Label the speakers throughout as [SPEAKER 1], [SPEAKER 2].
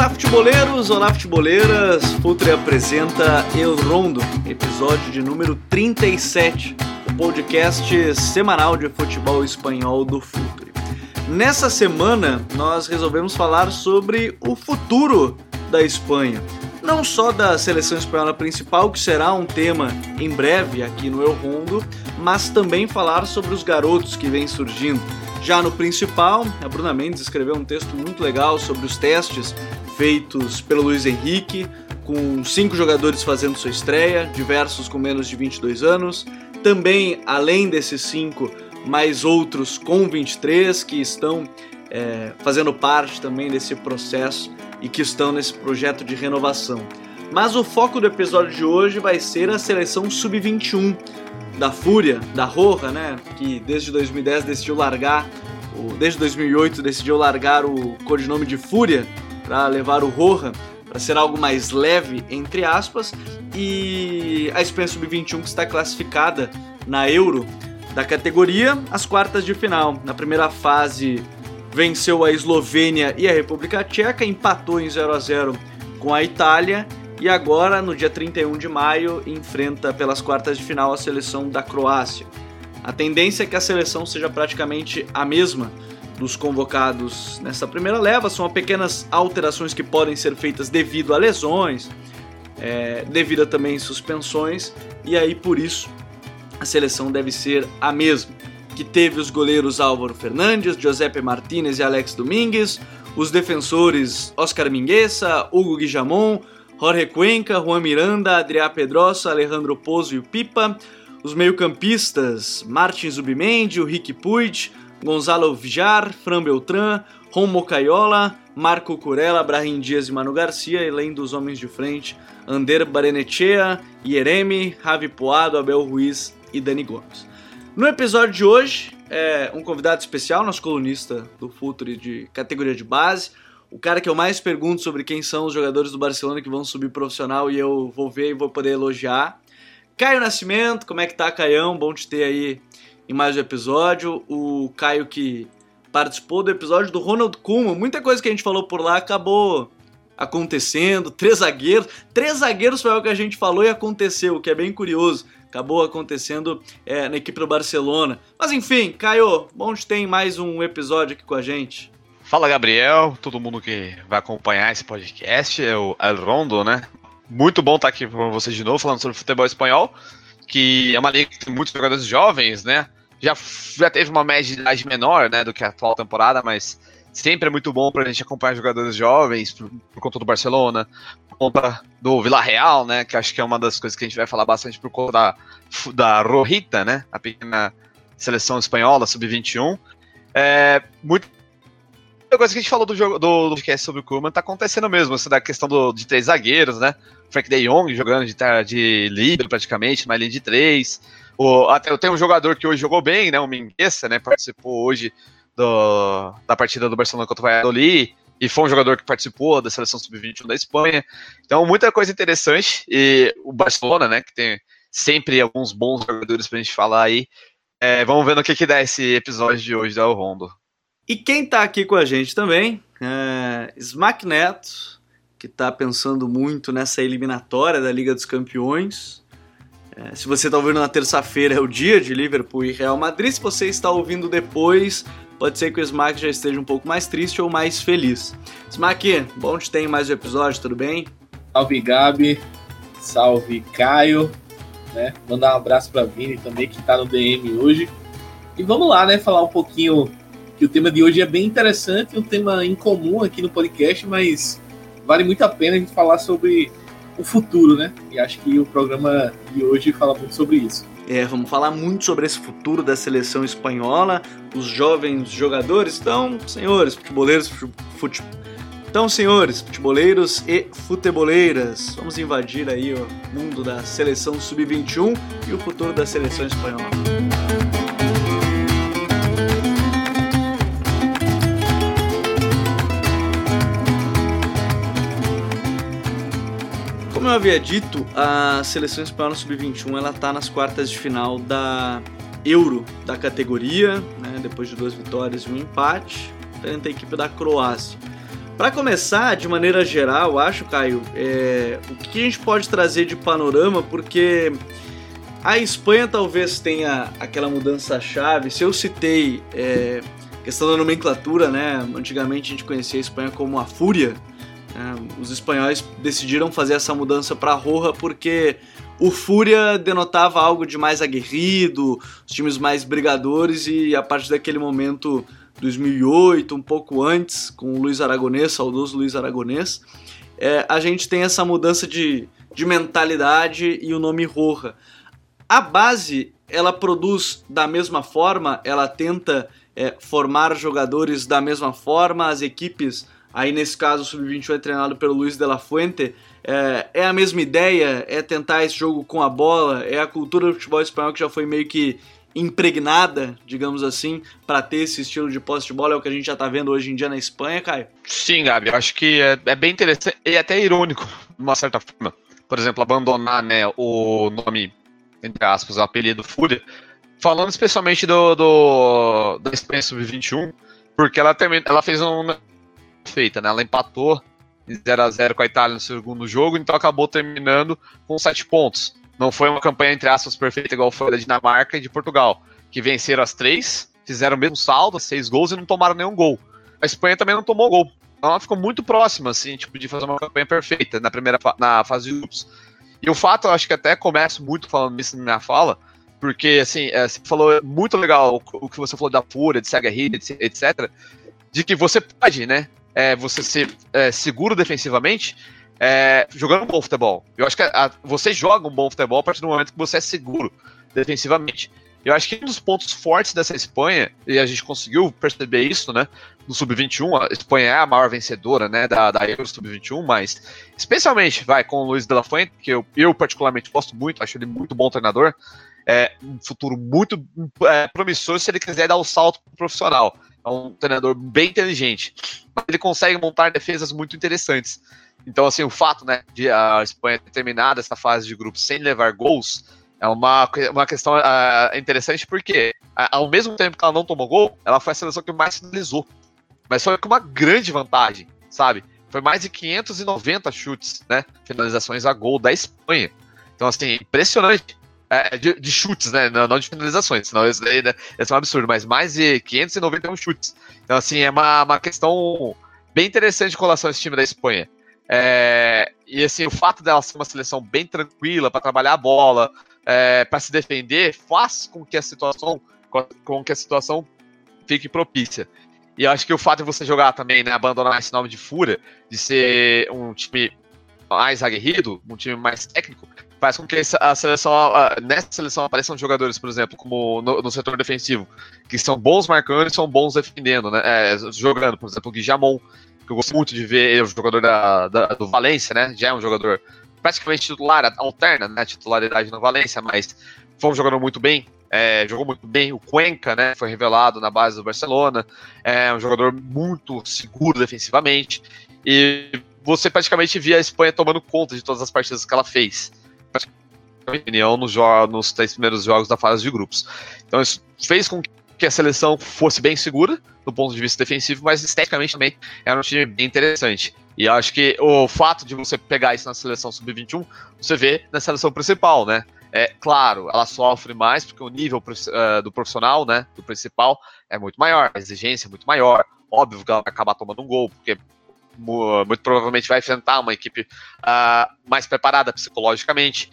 [SPEAKER 1] Olá futeboleiros, olá futeboleiras, Futre apresenta El Rondo, episódio de número 37, o podcast semanal de futebol espanhol do Futre. Nessa semana nós resolvemos falar sobre o futuro da Espanha, não só da seleção espanhola principal, que será um tema em breve aqui no El Rondo, mas também falar sobre os garotos que vêm surgindo. Já no principal, a Bruna Mendes escreveu um texto muito legal sobre os testes feitos pelo Luiz Henrique, com 5 jogadores fazendo sua estreia, diversos com menos de 22 anos. Também, além desses 5, mais outros com 23 que estão fazendo parte também desse processo e que estão nesse projeto de renovação. Mas o foco do episódio de hoje vai ser a seleção sub-21 da Fúria, da Roja, né, que desde 2010 decidiu largar, desde 2008 decidiu largar o codinome de Fúria para levar o Roja, para ser algo mais leve, entre aspas, e a Espanha sub-21 que está classificada na Euro da categoria, às quartas de final. Na primeira fase venceu a Eslovênia e a República Tcheca, empatou em 0-0 com a Itália, e agora, no dia 31 de maio, enfrenta pelas quartas de final a seleção da Croácia. A tendência é que a seleção seja praticamente a mesma dos convocados nessa primeira leva, são pequenas alterações que podem ser feitas devido a lesões, devido a também suspensões, e aí por isso a seleção deve ser a mesma, que teve os goleiros Álvaro Fernandes, Giuseppe Martínez e Alex Domingues, os defensores Óscar Mingueza, Hugo Guillamón, Jorge Cuenca, Juan Miranda, Adrià Pedrosa, Alejandro Pozo e o Pipa, os meio-campistas Martin Zubimendi, o Riqui Puig, Gonzalo Villar, Fran Beltrán, Ron Mocaiola, Marco Curella, Brahim Dias e Manu Garcia, e além dos homens de frente, Ander Barrenechea, Yeremi, Javi Puado, Abel Ruiz e Dani Gomes. No episódio de hoje, um convidado especial, nosso colunista do Futre de categoria de base, o cara que eu mais pergunto sobre quem são os jogadores do Barcelona que vão subir profissional e eu vou ver e vou poder elogiar. Caio Nascimento, como é que tá, Caião? Bom te ter aí em mais um episódio. O Caio que participou do episódio do Ronald Koeman. Muita coisa que a gente falou por lá acabou acontecendo. 3 zagueiros foi o que a gente falou e aconteceu, o que é bem curioso. Acabou acontecendo na equipe do Barcelona. Mas enfim, Caio, bom te ter em mais um episódio aqui com a gente.
[SPEAKER 2] Fala, Gabriel, todo mundo que vai acompanhar esse podcast, é o El Rondo, né? Muito bom estar aqui com vocês de novo, falando sobre futebol espanhol, que é uma liga que tem muitos jogadores jovens, né? Já teve uma média de idade menor, né, do que a atual temporada, mas sempre é muito bom pra gente acompanhar jogadores jovens, por conta do Barcelona, por conta do Villarreal, né, que acho que é uma das coisas que a gente vai falar bastante por conta da Rojita, né, a pequena seleção espanhola, sub-21. A coisa que a gente falou do podcast sobre o Koeman tá acontecendo mesmo, essa da questão de 3 zagueiros, né? Frank de Jong jogando de líbero praticamente, uma linha de 3. Até tem um jogador que hoje jogou bem, né? O Mingueza, né? Participou hoje da partida do Barcelona contra o Valladolid e foi um jogador que participou da seleção sub-21 da Espanha. Então, muita coisa interessante. E o Barcelona, né? Que tem sempre alguns bons jogadores pra gente falar aí. Vamos ver no que dá esse episódio de hoje da El Rondo.
[SPEAKER 1] E quem está aqui com a gente também é Smack Neto, que está pensando muito nessa eliminatória da Liga dos Campeões. Se você está ouvindo na terça-feira, é o dia de Liverpool e Real Madrid. Se você está ouvindo depois, pode ser que o Smack já esteja um pouco mais triste ou mais feliz. Smack, bom te ter em mais um episódio, tudo bem?
[SPEAKER 3] Salve, Gabi. Salve, Caio. Né? Mandar um abraço para Vini também, que está no DM hoje. E vamos lá, né? Falar um pouquinho, que o tema de hoje é bem interessante, um tema incomum aqui no podcast, mas vale muito a pena a gente falar sobre o futuro, né? E acho que o programa de hoje fala muito sobre isso.
[SPEAKER 1] Vamos falar muito sobre esse futuro da seleção espanhola, os jovens jogadores. Então, senhores futeboleiros e futeboleiras, vamos invadir aí o mundo da seleção sub-21 e o futuro da seleção espanhola. Como eu havia dito, a seleção espanhola sub-21 ela está nas quartas de final da Euro da categoria, né, depois de 2 vitórias e um empate, frente à equipe da Croácia. Para começar, de maneira geral, acho, Caio, o que a gente pode trazer de panorama, porque a Espanha talvez tenha aquela mudança-chave. Se eu citei questão da nomenclatura, né? Antigamente a gente conhecia a Espanha como a Fúria. Os espanhóis decidiram fazer essa mudança para Roja porque o Fúria denotava algo de mais aguerrido, os times mais brigadores, e a partir daquele momento, 2008, um pouco antes, com o Luiz Aragonês, saudoso Luiz Aragonês, a gente tem essa mudança de mentalidade e o nome Roja. A base, ela produz da mesma forma, ela tenta formar jogadores da mesma forma, as equipes, aí nesse caso o Sub-21 é treinado pelo Luiz de la Fuente, é a mesma ideia, é tentar esse jogo com a bola, é a cultura do futebol espanhol que já foi meio que impregnada, digamos assim, para ter esse estilo de posse de bola, é o que a gente já tá vendo hoje em dia na Espanha, Caio?
[SPEAKER 2] Sim, Gabi, eu acho que é bem interessante e até irônico, de uma certa forma. Por exemplo, abandonar, né, o nome, entre aspas, o apelido Fúria, falando especialmente da Espanha Sub-21, porque ela fez uma feita, né? Ela empatou em 0-0 com a Itália no segundo jogo, então acabou terminando com 7 pontos. Não foi uma campanha, entre aspas, perfeita, igual foi da Dinamarca e de Portugal, que venceram as 3, fizeram o mesmo saldo, 6 gols e não tomaram nenhum gol. A Espanha também não tomou gol. Então ela ficou muito próxima, assim, tipo, de fazer uma campanha perfeita na fase de grupos. E o fato, eu acho que até começo muito falando isso na minha fala, porque, assim, você falou muito legal o que você falou da Fúria, de ser aguerrido, etc., de que você pode, né, você ser seguro defensivamente, jogando um bom futebol. Eu acho que você joga um bom futebol a partir do momento que você é seguro defensivamente. Eu acho que um dos pontos fortes dessa Espanha, e a gente conseguiu perceber isso, né, no Sub-21, a Espanha é a maior vencedora, né, da Euro Sub-21, mas especialmente, com o Luiz de la Fuente, que eu particularmente gosto muito, acho ele muito bom treinador, um futuro muito promissor se ele quiser dar o salto pro profissional. É um treinador bem inteligente, mas ele consegue montar defesas muito interessantes. Então, assim, o fato, né, de a Espanha ter terminado essa fase de grupos sem levar gols é uma questão interessante, porque ao mesmo tempo que ela não tomou gol, ela foi a seleção que mais finalizou. Mas foi com uma grande vantagem, sabe? Foi mais de 590 chutes, né, finalizações a gol da Espanha. Então, assim, impressionante. De chutes, né? Não de finalizações, senão isso daí, né, é um absurdo, mas mais de 591 chutes. Então, assim, é uma questão bem interessante com relação a esse time da Espanha. E, assim, o fato dela ser uma seleção bem tranquila para trabalhar a bola, para se defender, faz com que a situação fique propícia. E eu acho que o fato de você jogar também, né, abandonar esse nome de Fúria, de ser um time mais aguerrido, um time mais técnico, faz com que nessa seleção apareçam jogadores, por exemplo, como no setor defensivo, que são bons marcando e são bons defendendo, né? Jogando, por exemplo, o Guillamon, que eu gosto muito de ver ele, o jogador do Valência, né? Já é um jogador praticamente titular, alterna, né? Titularidade no Valência, mas foi um jogador muito bem, jogou muito bem. O Cuenca, né? Foi revelado na base do Barcelona, é um jogador muito seguro defensivamente, e você praticamente via a Espanha tomando conta de todas as partidas que ela fez. Na minha opinião, nos 3 primeiros jogos da fase de grupos. Então isso fez com que a seleção fosse bem segura do ponto de vista defensivo, mas esteticamente também era um time bem interessante. E eu acho que o fato de você pegar isso na seleção Sub-21, você vê na seleção principal, né? Claro, ela sofre mais porque o nível do profissional, né, do principal, é muito maior, a exigência é muito maior. Óbvio que ela vai acabar tomando um gol, porque muito provavelmente vai enfrentar uma equipe mais preparada psicologicamente.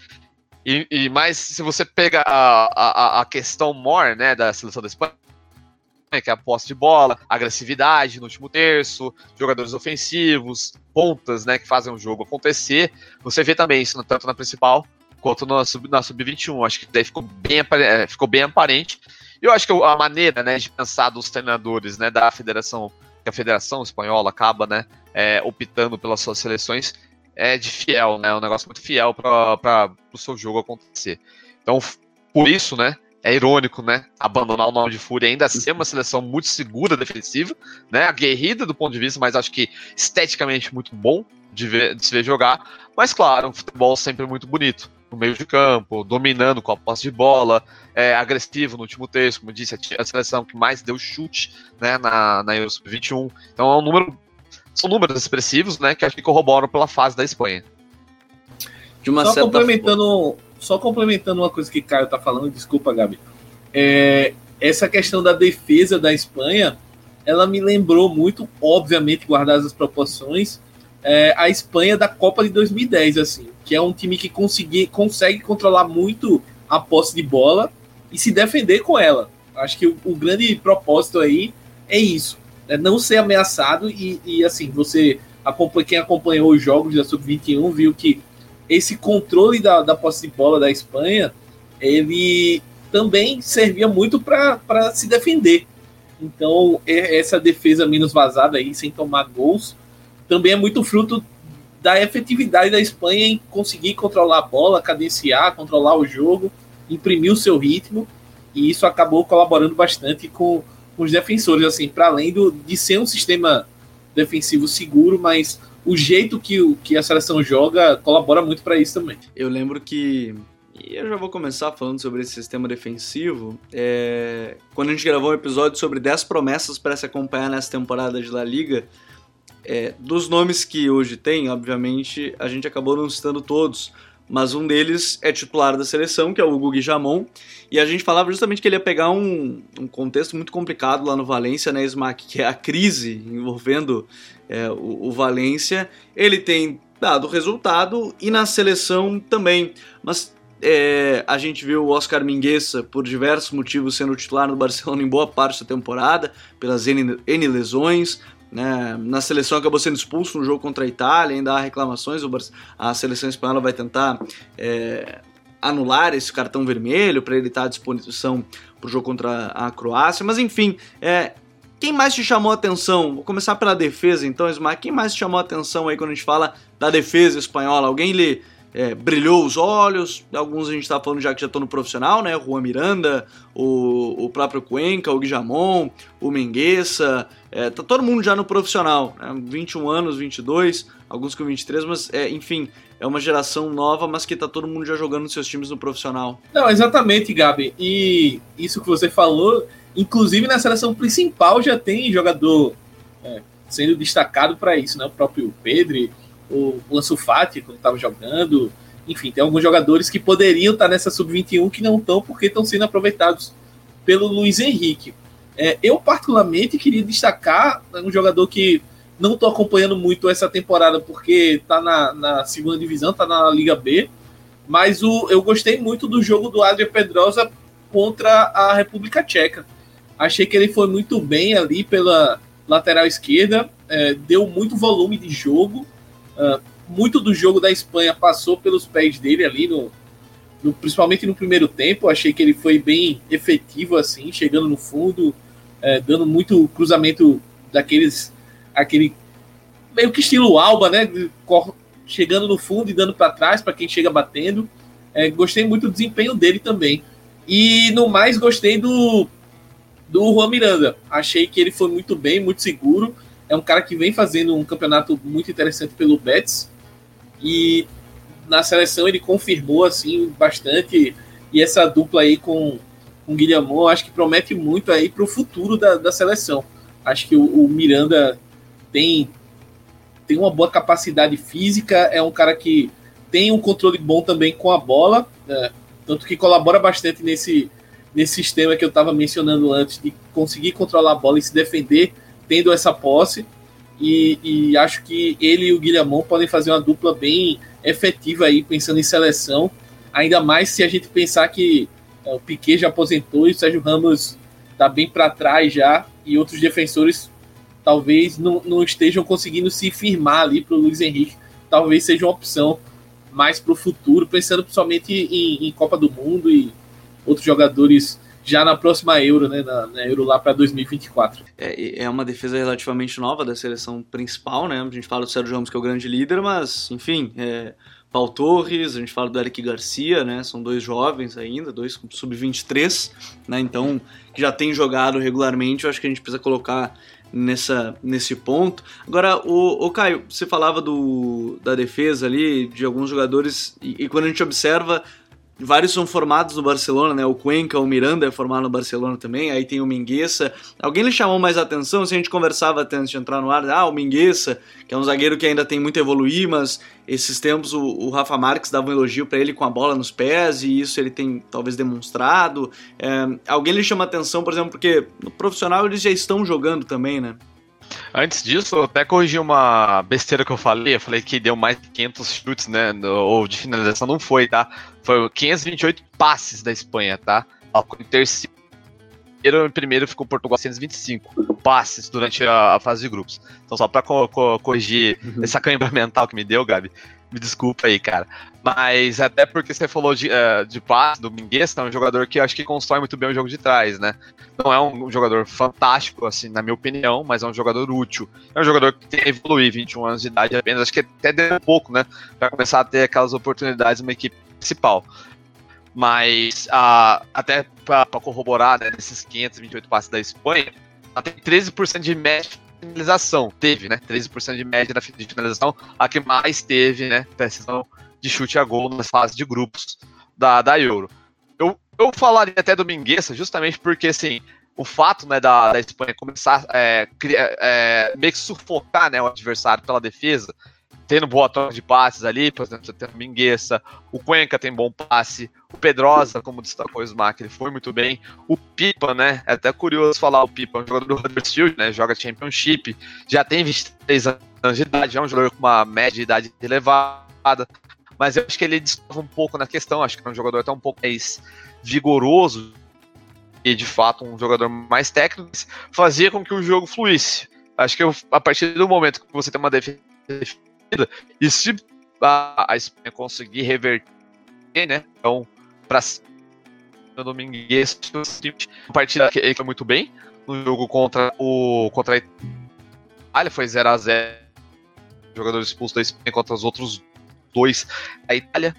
[SPEAKER 2] Mas se você pega a questão maior, né, da seleção da Espanha, que é a posse de bola, agressividade no último terço, jogadores ofensivos, pontas, né, que fazem o jogo acontecer, você vê também isso tanto na principal quanto na Sub-21. Acho que daí ficou bem aparente. E eu acho que a maneira, né, de pensar dos treinadores, né, da federação, que a Federação Espanhola acaba, né, optando pelas suas seleções, de fiel, né? Um negócio muito fiel para o seu jogo acontecer. Então, por isso, né? É irônico, né? Abandonar o nome de Fúria, ainda ser uma seleção muito segura defensiva, né? Aguerrida do ponto de vista, mas acho que esteticamente muito bom de se ver jogar. Mas, claro, um futebol sempre muito bonito. No meio de campo, dominando com a posse de bola, agressivo no último terço, como disse, a seleção que mais deu chute, né, na Euro Sub-21. Então é um número são números expressivos, né, que acho que corroboram pela fase da Espanha.
[SPEAKER 1] De uma
[SPEAKER 3] só complementando uma coisa que o Caio tá falando, desculpa, Gabi. Essa questão da defesa da Espanha, ela me lembrou muito, obviamente, guardadas as proporções, a Espanha da Copa de 2010, assim, que é um time que consegue controlar muito a posse de bola e se defender com ela. Acho que o grande propósito aí é isso, não ser ameaçado e assim, quem acompanhou os jogos da Sub-21 viu que esse controle da posse de bola da Espanha, ele também servia muito para se defender. Então, essa defesa menos vazada aí, sem tomar gols, também é muito fruto da efetividade da Espanha em conseguir controlar a bola, cadenciar, controlar o jogo, imprimir o seu ritmo, e isso acabou colaborando bastante com os defensores, assim, para além de ser um sistema defensivo seguro, mas o jeito que a seleção joga colabora muito para isso também.
[SPEAKER 1] Eu lembro que, e eu já vou começar falando sobre esse sistema defensivo, quando a gente gravou um episódio sobre 10 promessas para se acompanhar nessa temporada de La Liga, dos nomes que hoje tem, obviamente, a gente acabou não citando todos, mas um deles é titular da seleção, que é o Hugo Guillamón, e a gente falava justamente que ele ia pegar um contexto muito complicado lá no Valência, né, Smack, que é a crise envolvendo o Valência. Ele tem dado resultado e na seleção também, mas a gente viu o Oscar Mingueza, por diversos motivos, sendo titular no Barcelona em boa parte da temporada, pelas N lesões, né? Na seleção acabou sendo expulso no jogo contra a Itália, ainda há reclamações, a seleção espanhola vai tentar anular esse cartão vermelho para ele estar à disposição para o jogo contra a Croácia, mas enfim, quem mais te chamou a atenção? Vou começar pela defesa então, Smack, quem mais te chamou a atenção aí quando a gente fala da defesa espanhola? Alguém lhe brilhou os olhos? Alguns a gente tá falando já que já estão no profissional, né? O Juan Miranda, o próprio Cuenca, o Guillamón, o Mingueza, tá todo mundo já no profissional, né? 21 anos, 22, alguns com 23, mas enfim, é uma geração nova, mas que tá todo mundo já jogando nos seus times no profissional.
[SPEAKER 3] Não, exatamente, Gabi, e isso que você falou, inclusive na seleção principal já tem jogador sendo destacado para isso, né? O próprio Pedri, o Ansu Fati, quando estava jogando, enfim, tem alguns jogadores que poderiam estar nessa Sub-21 que não estão porque estão sendo aproveitados pelo Luiz Henrique. Eu particularmente queria destacar um jogador que não estou acompanhando muito essa temporada porque está na segunda divisão, está na Liga B, mas eu gostei muito do jogo do Adrian Pedrosa contra a República Tcheca. Achei que ele foi muito bem ali pela lateral esquerda, deu muito volume de jogo. Muito do jogo da Espanha passou pelos pés dele ali, principalmente no primeiro tempo. Achei que ele foi bem efetivo, assim, chegando no fundo, dando muito cruzamento aquele meio que estilo Alba, né? Chegando no fundo e dando para trás para quem chega batendo. Gostei muito do desempenho dele também. E no mais, gostei do Juan Miranda. Achei que ele foi muito bem, muito seguro. É um cara que vem fazendo um campeonato muito interessante pelo Betis e na seleção ele confirmou assim bastante, e essa dupla aí com o Guillamón acho que promete muito aí para o futuro da seleção. Acho que o Miranda tem uma boa capacidade física, é um cara que tem um controle bom também com a bola, tanto que colabora bastante nesse sistema que eu estava mencionando antes, de conseguir controlar a bola e se defender tendo essa posse, e acho que ele e o Guillamón podem fazer uma dupla bem efetiva aí, pensando em seleção, ainda mais se a gente pensar que o Piqué já aposentou e o Sérgio Ramos está bem para trás já, e outros defensores talvez não estejam conseguindo se firmar ali para o Luiz Henrique, talvez seja uma opção mais para o futuro, pensando principalmente em Copa do Mundo e outros jogadores já na próxima Euro, né, na Euro lá para 2024.
[SPEAKER 1] É uma defesa relativamente nova da seleção principal, né? A gente fala do Sérgio Ramos, que é o grande líder, mas, enfim, Pau Torres, a gente fala do Eric Garcia, né? São dois jovens ainda, dois sub-23, né? Então, que já tem jogado regularmente, eu acho que a gente precisa colocar nesse ponto. Agora, o Caio, você falava da defesa ali, de alguns jogadores, e quando a gente observa, vários são formados no Barcelona, né? O Cuenca, o Miranda é formado no Barcelona também, aí tem o Mingueza. Alguém lhe chamou mais atenção? Se a gente conversava até antes de entrar no ar, o Mingueza, que é um zagueiro que ainda tem muito a evoluir, mas esses tempos o Rafa Marques dava um elogio para ele com a bola nos pés, e isso ele tem talvez demonstrado. Alguém lhe chama atenção, por exemplo, porque no profissional eles já estão jogando também, né?
[SPEAKER 2] Antes disso, eu até corrigi uma besteira que eu falei que deu mais de 500 chutes, né, ou de finalização, não foi, tá? Foi 528 passes da Espanha, tá? Em terceiro e primeiro ficou Portugal 125 passes durante a fase de grupos. Então só pra corrigir essa câimbra mental que me deu, Gabi, me desculpa aí, cara. Mas até porque você falou de passe do Mingueza, é um jogador que eu acho que constrói muito bem o jogo de trás, né? Não é um jogador fantástico, assim, na minha opinião, mas é um jogador útil. É um jogador que tem que evoluir, 21 anos de idade apenas, acho que até deu um pouco, né? Pra começar a ter aquelas oportunidades numa equipe principal. Mas, até pra corroborar, né, nesses 528 passes da Espanha, ela tem 13% de média de finalização. Teve, né? 13% de média de finalização, a que mais teve, né? Precisão de chute a gol nas fases de grupos da Euro. Eu falaria até do Mingueza, justamente porque, assim, o fato, né, da Espanha começar meio que sufocar, né, o adversário pela defesa, tendo boa troca de passes ali, por exemplo, você tem o Mingueza, o Cuenca tem bom passe, o Pedrosa, como destacou o Smack, ele foi muito bem, o Pipa, né, é até curioso falar, o Pipa é um jogador do Huddersfield, né, joga Championship, já tem 23 anos de idade, é um jogador com uma média de idade elevada, mas eu acho que ele destaca um pouco na questão, acho que é um jogador até um pouco mais vigoroso, e de fato um jogador mais técnico, fazia com que o jogo fluísse. Acho que a partir do momento que você tem uma defesa, e se a Espanha conseguir reverter, né, então, para o Dominguez, uma partida que ele foi muito bem, no jogo contra a Itália, foi 0-0, jogador expulso da Espanha contra os outros 2 da Itália,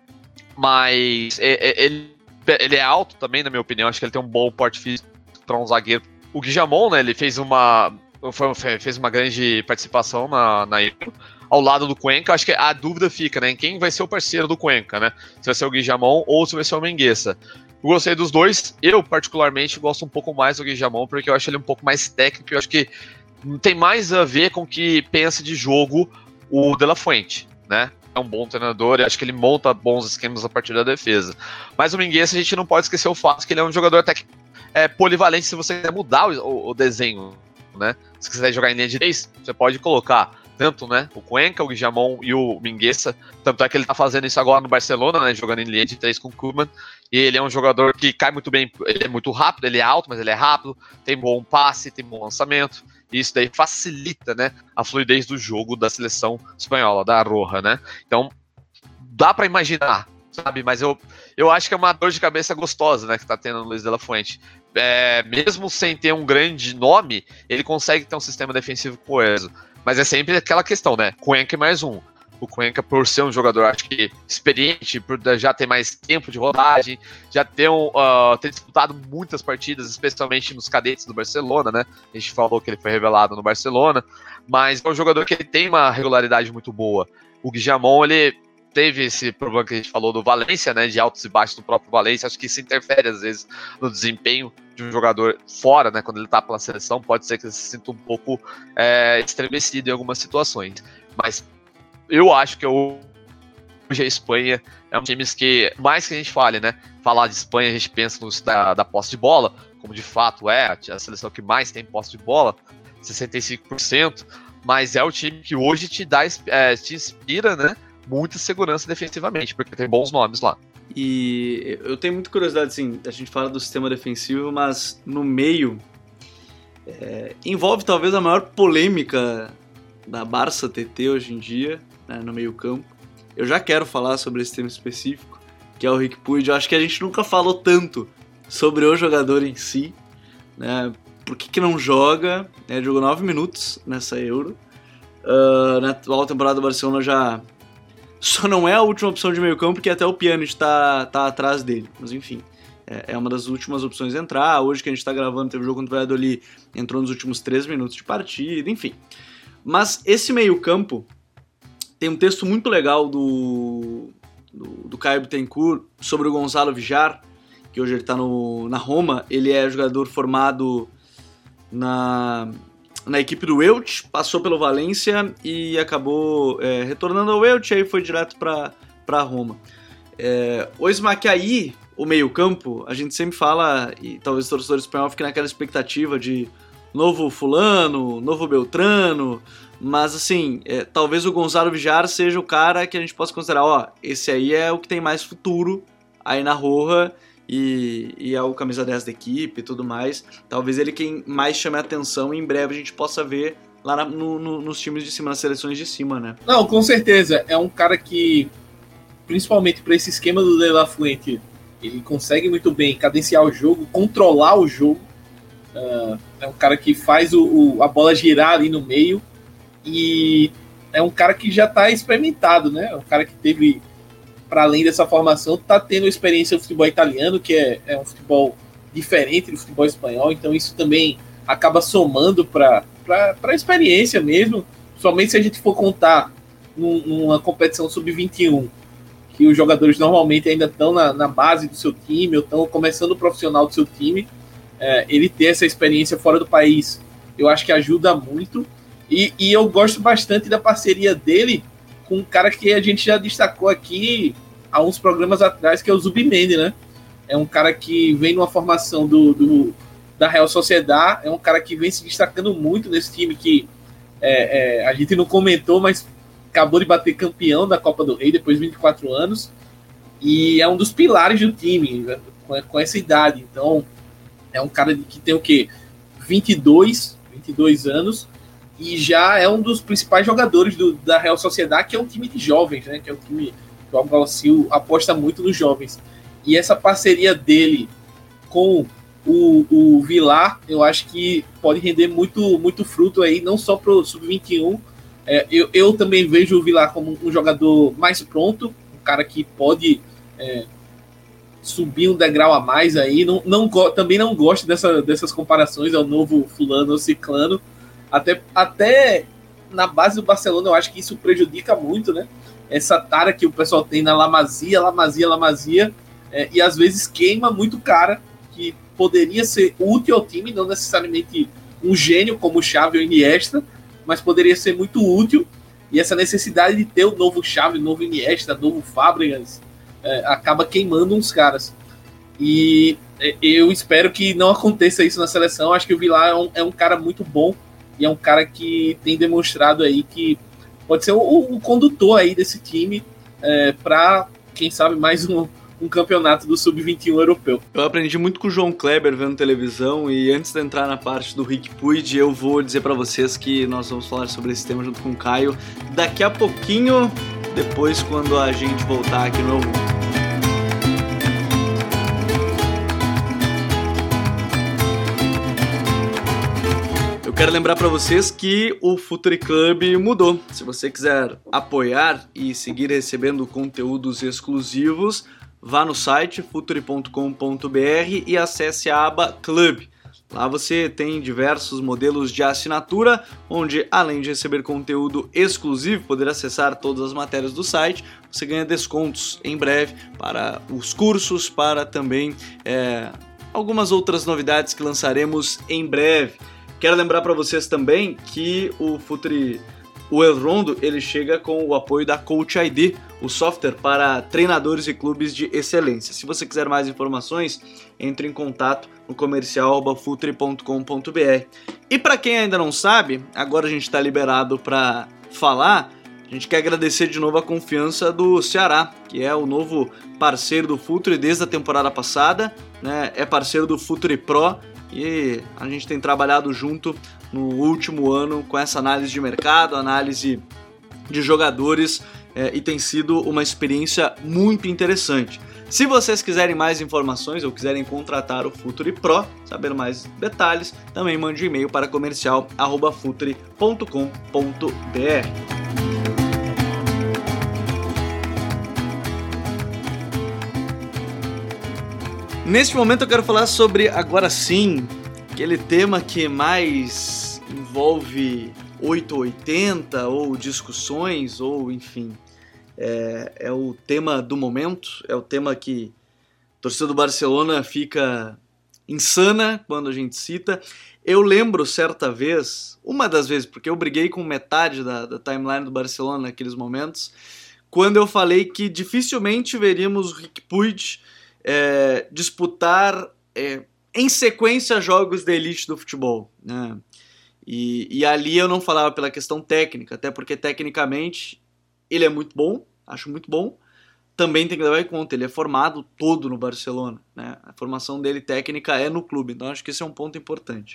[SPEAKER 2] mas ele é alto também, na minha opinião, acho que ele tem um bom porte físico para um zagueiro. O Guillamon, né, ele fez uma grande participação na Euro, ao lado do Cuenca. Acho que a dúvida fica, né, em quem vai ser o parceiro do Cuenca, né, se vai ser o Guillamon ou se vai ser o Mingueza. Eu gostei dos dois, eu particularmente gosto um pouco mais do Guillamon, porque eu acho ele um pouco mais técnico, eu acho que tem mais a ver com o que pensa de jogo o De La Fuente, né. É um bom treinador, e acho que ele monta bons esquemas a partir da defesa. Mas o Mingueza, a gente não pode esquecer o fato que ele é um jogador até que polivalente se você quiser mudar o desenho, né? Se você quiser jogar em linha de 3, você pode colocar tanto, né, o Cuenca, o Guillamon e o Mingueza. Tanto é que ele tá fazendo isso agora no Barcelona, né, jogando em linha de 3 com o Koeman. E ele é um jogador que cai muito bem, ele é muito rápido, ele é alto, mas ele é rápido, tem bom passe, tem bom lançamento. E isso daí facilita, né, a fluidez do jogo da seleção espanhola, da Roja, né? Então, dá para imaginar, sabe? Mas eu acho que é uma dor de cabeça gostosa, né, que tá tendo o Luis de la Fuente. Mesmo sem ter um grande nome, ele consegue ter um sistema defensivo coeso. Mas é sempre aquela questão, né? Cuenca é mais um. O Cuenca, por ser um jogador, acho que experiente, por já ter mais tempo de rodagem, já ter disputado muitas partidas, especialmente nos cadetes do Barcelona, né? A gente falou que ele foi revelado no Barcelona, mas é um jogador que ele tem uma regularidade muito boa. O Guillamon, ele teve esse problema que a gente falou do Valência, né? De altos e baixos do próprio Valência. Acho que isso interfere, às vezes, no desempenho de um jogador fora, né? Quando ele tá pela seleção, pode ser que ele se sinta um pouco estremecido em algumas situações. Mas eu acho que hoje a Espanha é um time que, mais que a gente fale, né? Falar de Espanha, a gente pensa no da posse de bola, como de fato é a seleção que mais tem posse de bola, 65%, mas é o time que hoje te inspira, né? Muita segurança defensivamente, porque tem bons nomes lá.
[SPEAKER 1] E eu tenho muita curiosidade, assim, a gente fala do sistema defensivo, mas no meio envolve talvez a maior polêmica da Barça TT hoje em dia, né, no meio campo. Eu já quero falar sobre esse tema específico, que é o Riqui Puig. Eu acho que a gente nunca falou tanto sobre o jogador em si, né? Por que não joga? Ele jogou 9 minutos nessa Euro. Na atual temporada do Barcelona já só não é a última opção de meio campo, porque até o Pjanic tá atrás dele. Mas enfim, é uma das últimas opções a entrar. Hoje que a gente tá gravando, teve o jogo contra o Valladolid, entrou nos últimos 3 minutos de partida, enfim. Mas esse meio campo tem um texto muito legal do do Caio Bittencourt sobre o Gonzalo Villar, que hoje ele está na Roma. Ele é jogador formado na equipe do Elche, passou pelo Valência e acabou retornando ao Elche, aí foi direto para Roma. O Smacaí, o meio-campo, a gente sempre fala, e talvez o torcedor espanhol fique naquela expectativa de novo fulano, novo Beltrano, mas assim, talvez o Gonzalo Villar seja o cara que a gente possa considerar, esse aí é o que tem mais futuro aí na Roja e é o camisa 10 da equipe e tudo mais. Talvez ele quem mais chame a atenção e em breve a gente possa ver lá nos times de cima, nas seleções de cima, né?
[SPEAKER 3] Não, com certeza, é um cara que, principalmente para esse esquema do De La Fuente, ele consegue muito bem cadenciar o jogo, controlar o jogo. É um cara que faz a bola girar ali no meio e é um cara que já está experimentado, né? É um cara que teve, para além dessa formação, está tendo experiência no futebol italiano, que é um futebol diferente do futebol espanhol, então isso também acaba somando para a experiência mesmo, somente se a gente for contar numa competição sub-21, que os jogadores normalmente ainda estão na base do seu time, ou estão começando o profissional do seu time. Ele ter essa experiência fora do país, eu acho que ajuda muito, e eu gosto bastante da parceria dele com um cara que a gente já destacou aqui há uns programas atrás, que é o Zubimendi, né? É um cara que vem numa formação da Real Sociedad, é um cara que vem se destacando muito nesse time que a gente não comentou, mas acabou de bater campeão da Copa do Rei depois de 24 anos, e é um dos pilares do time, né? Com essa idade. Então, é um cara que tem o quê? 22 anos, e já é um dos principais jogadores da Real Sociedad, que é um time de jovens, né? Que é um time que o Alguacil aposta muito nos jovens. E essa parceria dele com o Villar, eu acho que pode render muito, muito fruto aí, não só para o Sub-21. Eu também vejo o Villar como um jogador mais pronto, um cara que pode subir um degrau a mais aí. Também não gosto dessas comparações ao novo fulano ou ciclano. Até na base do Barcelona eu acho que isso prejudica muito, né? Essa tara que o pessoal tem na La Masia, e às vezes queima muito cara, que poderia ser útil ao time, não necessariamente um gênio como o Xavi ou Iniesta, mas poderia ser muito útil, e essa necessidade de ter o novo Xavi, o novo Iniesta, o novo Fábregas, acaba queimando uns caras. E eu espero que não aconteça isso na seleção. Acho que o Villar é um cara muito bom, e é um cara que tem demonstrado aí que pode ser o condutor aí desse time para, quem sabe, mais um campeonato do Sub-21 europeu.
[SPEAKER 1] Eu aprendi muito com o João Kleber vendo televisão, e antes de entrar na parte do Rick Puig, eu vou dizer para vocês que nós vamos falar sobre esse tema junto com o Caio daqui a pouquinho, depois quando a gente voltar aqui no Mundo. Eu quero lembrar para vocês que o Futuri Club mudou. Se você quiser apoiar e seguir recebendo conteúdos exclusivos, vá no site futuri.com.br e acesse a aba Club. Lá você tem diversos modelos de assinatura, onde além de receber conteúdo exclusivo, poder acessar todas as matérias do site, você ganha descontos em breve para os cursos, para também algumas outras novidades que lançaremos em breve. Quero lembrar para vocês também que o El Rondo ele chega com o apoio da Coach ID, o software para treinadores e clubes de excelência. Se você quiser mais informações, entre em contato no comercial@futuri.com.br. E para quem ainda não sabe, agora a gente está liberado para falar. A gente quer agradecer de novo a confiança do Ceará, que é o novo parceiro do Futuri desde a temporada passada, né? É parceiro do Futuri Pro, e a gente tem trabalhado junto no último ano com essa análise de mercado, análise de jogadores, e tem sido uma experiência muito interessante. Se vocês quiserem mais informações ou quiserem contratar o Futuri Pro, saber mais detalhes, também mande um e-mail para comercial@futuri.com.br. Neste momento eu quero falar sobre, agora sim, aquele tema que mais envolve 880 ou discussões, ou enfim, é o tema do momento, é o tema que a torcida do Barcelona fica insana quando a gente cita. Eu lembro certa vez, uma das vezes, porque eu briguei com metade da timeline do Barcelona naqueles momentos, quando eu falei que dificilmente veríamos o Riqui Puig disputar em sequência jogos da elite do futebol, né? E ali eu não falava pela questão técnica, até porque tecnicamente ele é muito bom, acho muito bom. Também tem que levar em conta, ele é formado todo no Barcelona, né? A formação dele técnica é no clube, então acho que esse é um ponto importante.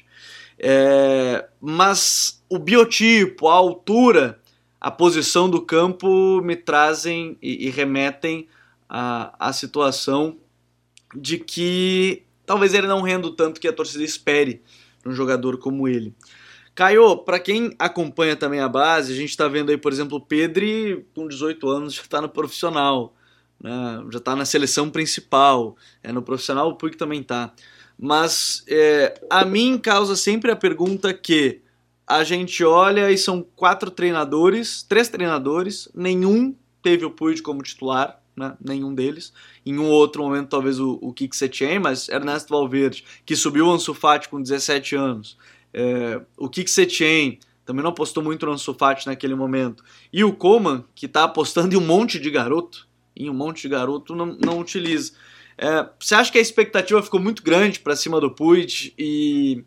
[SPEAKER 1] Mas o biotipo, a altura, a posição do campo me trazem e remetem à situação de que talvez ele não renda o tanto que a torcida espere de um jogador como ele. Caio, para quem acompanha também a base, a gente está vendo aí, por exemplo, o Pedri, com 18 anos, já está no profissional, né? Já está na seleção principal, no profissional o Puig também está. Mas a mim causa sempre a pergunta que a gente olha e são 3 treinadores, nenhum teve o Puig como titular, né? Nenhum deles. Em um outro momento talvez o Quique Setien, mas Ernesto Valverde, que subiu o Ansu Fati com 17 anos, o Quique Setien também não apostou muito no Ansu Fati naquele momento, e o Koeman, que está apostando em um monte de garoto, não utiliza. Você acha que a expectativa ficou muito grande para cima do Puig e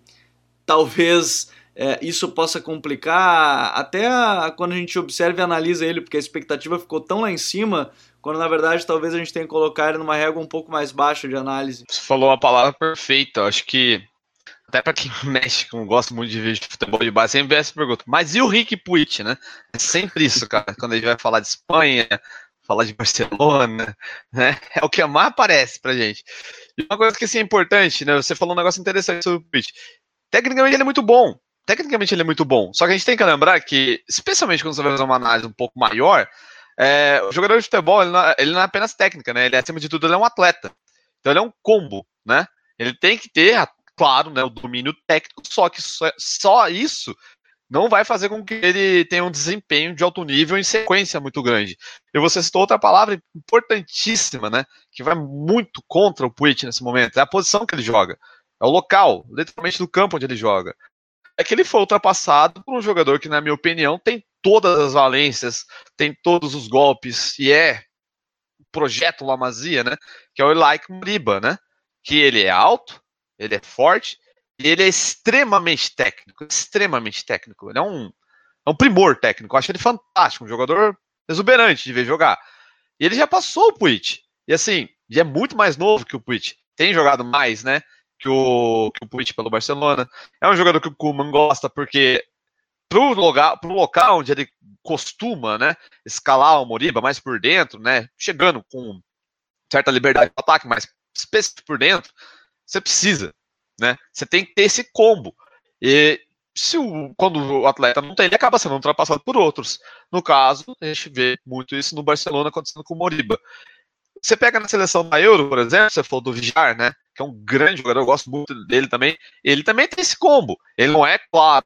[SPEAKER 1] talvez isso possa complicar até quando a gente observa e analisa ele, porque a expectativa ficou tão lá em cima, quando na verdade talvez a gente tenha que colocar ele numa régua um pouco mais baixa de análise?
[SPEAKER 2] Você falou uma palavra perfeita, eu acho que até para quem mexe, como gosta muito de ver futebol de base, sempre vê essa pergunta, mas e o Riqui Puig, né? É sempre isso, cara, quando a gente vai falar de Espanha, falar de Barcelona, né? É o que mais aparece pra gente. E uma coisa que assim, é importante, né? Você falou um negócio interessante sobre o Puig. Tecnicamente ele é muito bom. Só que a gente tem que lembrar que, especialmente quando você vai fazer uma análise um pouco maior, o jogador de futebol, ele não é apenas técnica, né? Ele, acima de tudo, ele é um atleta. Então ele é um combo, né? Ele tem que ter, claro, né, o domínio técnico, só que só isso não vai fazer com que ele tenha um desempenho de alto nível em sequência muito grande. E você citou outra palavra importantíssima, né? Que vai muito contra o Puig nesse momento. É a posição que ele joga. É o local, literalmente do campo onde ele joga. É que ele foi ultrapassado por um jogador que, na minha opinião, tem todas as valências, tem todos os golpes, e o projeto La Masia, né? Que é o Ilaix Moriba, né? Que ele é alto, ele é forte, e ele é extremamente técnico. Ele é um primor técnico. Eu acho ele fantástico, um jogador exuberante de ver jogar. E ele já passou o Puig. E assim, é muito mais novo que o Puig. Tem jogado mais, né? Que o Puig pelo Barcelona. É um jogador que o Koeman gosta, porque pro local onde ele costuma, né, escalar o Moriba mais por dentro, né, chegando com certa liberdade de ataque, mas específico por dentro, você precisa, né? Você tem que ter esse combo. E quando o atleta não tem, ele acaba sendo ultrapassado por outros. No caso, a gente vê muito isso no Barcelona acontecendo com o Moriba. Você pega na seleção da Euro, por exemplo, você falou do Villar, né? Que é um grande jogador, eu gosto muito dele também. Ele também tem esse combo. Ele não é, claro,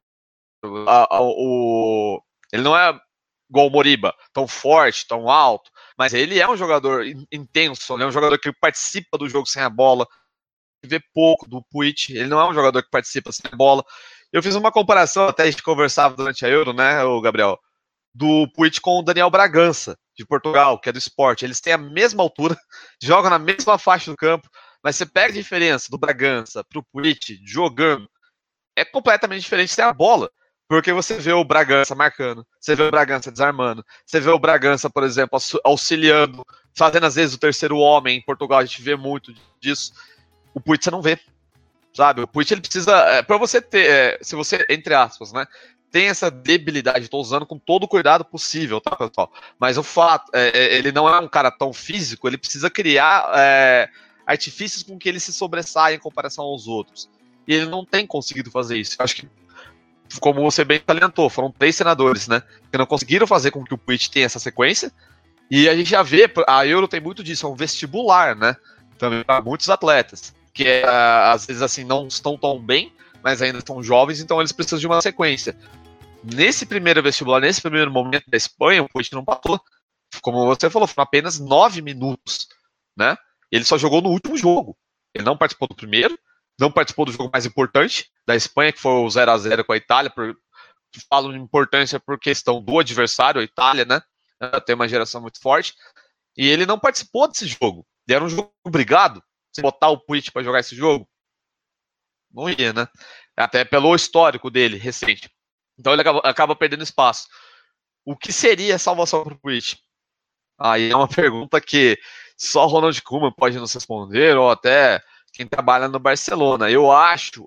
[SPEAKER 2] ele não é igual o Moriba, tão forte, tão alto, mas ele é um jogador intenso, ele é um jogador que participa do jogo sem a bola, vê pouco do Puig, ele não é um jogador que participa sem a bola. Eu fiz uma comparação, até a gente conversava durante a Euro, né, o Gabriel, do Puig com o Daniel Bragança, de Portugal, que é do Sport. Eles têm a mesma altura, jogam na mesma faixa do campo, mas você pega a diferença do Bragança pro Puig jogando, é completamente diferente sem a bola. Porque você vê o Bragança marcando, você vê o Bragança desarmando, você vê o Bragança, por exemplo, auxiliando, fazendo às vezes o terceiro homem. Em Portugal a gente vê muito disso. O Puig você não vê, sabe? O Puig ele precisa, para você ter, se você, entre aspas, né, tem essa debilidade, estou usando com todo o cuidado possível, tá, pessoal? Mas o fato, ele não é um cara tão físico, ele precisa criar artifícios com que ele se sobressaia em comparação aos outros. E ele não tem conseguido fazer isso. Eu acho que, como você bem salientou, foram 3 treinadores, né, que não conseguiram fazer com que o Puig tenha essa sequência, e a gente já vê, a Euro tem muito disso, é um vestibular, né, também para muitos atletas, que às vezes assim, não estão tão bem, mas ainda estão jovens, então eles precisam de uma sequência. Nesse primeiro vestibular, nesse primeiro momento da Espanha, o Puig não passou, como você falou, foram apenas 9 minutos, né? Ele só jogou no último jogo. Ele não participou do primeiro, não participou do jogo mais importante da Espanha, que foi o 0-0 com a Itália. Falo de importância por questão do adversário, a Itália, né? Tem uma geração muito forte. E ele não participou desse jogo. Ele era um jogo obrigado. Se botar o Puig para jogar esse jogo, não ia, né? Até pelo histórico dele, recente. Então ele acaba perdendo espaço. O que seria a salvação para o Puig? Aí é uma pergunta que só Ronald Koeman pode nos responder, ou até quem trabalha no Barcelona. Eu acho.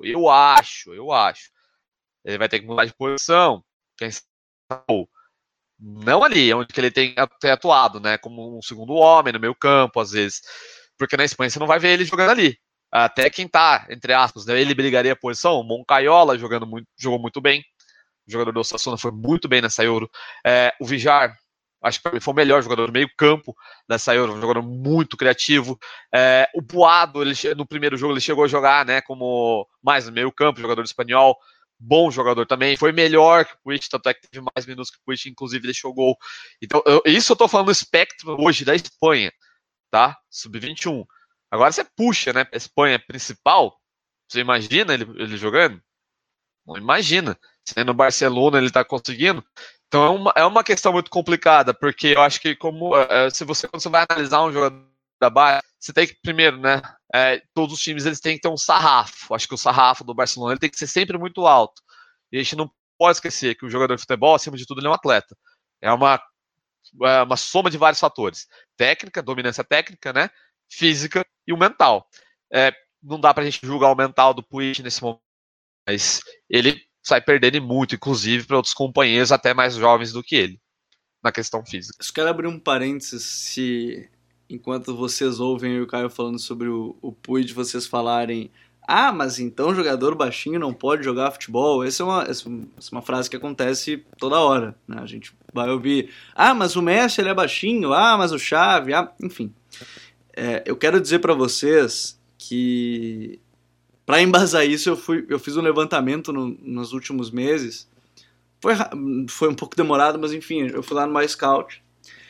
[SPEAKER 2] Ele vai ter que mudar de posição. Quem sabe, não ali, onde que ele tem até atuado, né? Como um segundo homem no meio campo, às vezes. Porque na Espanha você não vai ver ele jogando ali. Até quem tá, entre aspas, né, ele brigaria a posição. O Moncayola jogou muito bem. O jogador do Osasuna foi muito bem nessa Euro. O Villar, acho que foi o melhor jogador do meio campo dessa Euro, um jogador muito criativo. O Boado, no primeiro jogo, ele chegou a jogar, né, como mais no meio campo, jogador espanhol. Bom jogador também, foi melhor que o Puig, tanto é que teve mais minutos que o Puig, inclusive deixou gol. Então, isso eu tô falando no espectro hoje da Espanha, tá? Sub-21. Agora você puxa, né, a Espanha principal, você imagina ele jogando? Não imagina. Se no Barcelona ele tá conseguindo. Então é uma questão muito complicada, porque eu acho que quando você vai analisar um jogador da base, você tem que, primeiro, né, todos os times eles têm que ter um sarrafo. Acho que o sarrafo do Barcelona ele tem que ser sempre muito alto. E a gente não pode esquecer que o jogador de futebol, acima de tudo, ele é um atleta. É uma soma de vários fatores. Técnica, dominância técnica, né, física e o mental. Não dá pra gente julgar o mental do Puig nesse momento, mas ele sai perdendo muito, inclusive para outros companheiros até mais jovens do que ele, na questão física.
[SPEAKER 1] Eu quero abrir um parênteses, enquanto vocês ouvem o Caio falando sobre o Puig, vocês falarem: ah, mas então jogador baixinho não pode jogar futebol. Essa é uma frase que acontece toda hora, né? A gente vai ouvir: ah, mas o Messi ele é baixinho, ah, mas o Xavi, enfim. Eu quero dizer para vocês que, para embasar isso, eu fiz um levantamento nos últimos meses. Foi um pouco demorado, mas enfim, eu fui lá no MyScout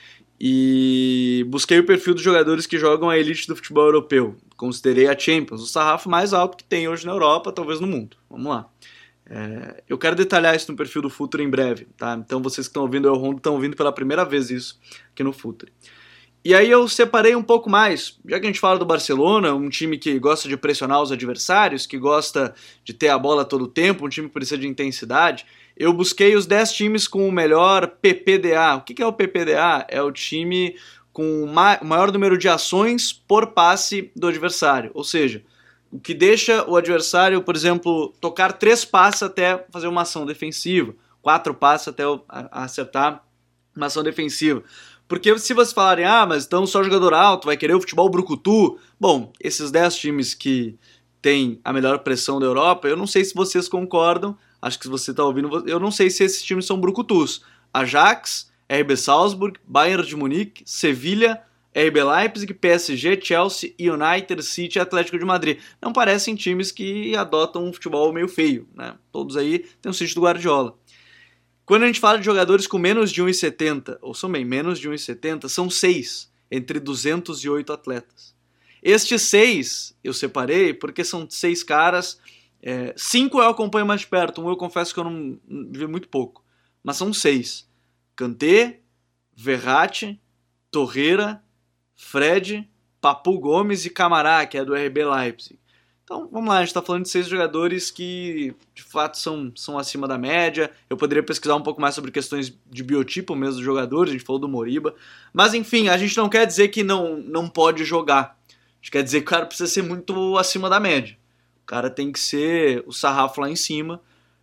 [SPEAKER 1] e busquei o perfil dos jogadores que jogam a elite do futebol europeu. Considerei a Champions, o sarrafo mais alto que tem hoje na Europa, talvez no mundo. Vamos lá. Eu quero detalhar isso no perfil do Futre em breve, tá? Então vocês que estão ouvindo o El Rondo estão ouvindo pela primeira vez isso aqui no Futre. E aí eu separei um pouco mais, já que a gente fala do Barcelona, um time que gosta de pressionar os adversários, que gosta de ter a bola todo o tempo, um time que precisa de intensidade, eu busquei os 10 times com o melhor PPDA. O que é o PPDA? É o time com o maior número de ações por passe do adversário, ou seja, o que deixa o adversário, por exemplo, tocar 3 passes até fazer uma ação defensiva, 4 passes até acertar uma ação defensiva. Porque se vocês falarem, mas então só jogador alto, vai querer o futebol brucutu, bom, esses 10 times que têm a melhor pressão da Europa, eu não sei se vocês concordam, acho que se você está ouvindo, eu não sei se esses times são brucutus. Ajax, RB Salzburg, Bayern de Munique, Sevilha, RB Leipzig, PSG, Chelsea, United, City e Atlético de Madrid. Não parecem times que adotam um futebol meio feio, né? Todos aí têm o sítio do Guardiola. Quando a gente fala de jogadores com menos de 1,70, ou são bem, menos de 1,70, são 6, entre 208 atletas. Estes 6 eu separei porque são 6 caras, 5 eu acompanho mais de perto, um eu confesso que eu não vi muito pouco, mas são 6. Kanté, Verratti, Torreira, Fred, Papu Gomes e Camará, que é do RB Leipzig. Então, vamos lá, a gente está falando de 6 jogadores que, de fato, são acima da média. Eu poderia pesquisar um pouco mais sobre questões de biotipo mesmo dos jogadores, a gente falou do Moriba. Mas, enfim, a gente não quer dizer que não pode jogar. A gente quer dizer que o cara precisa ser muito acima da média. O cara tem que ser o sarrafo lá em cima.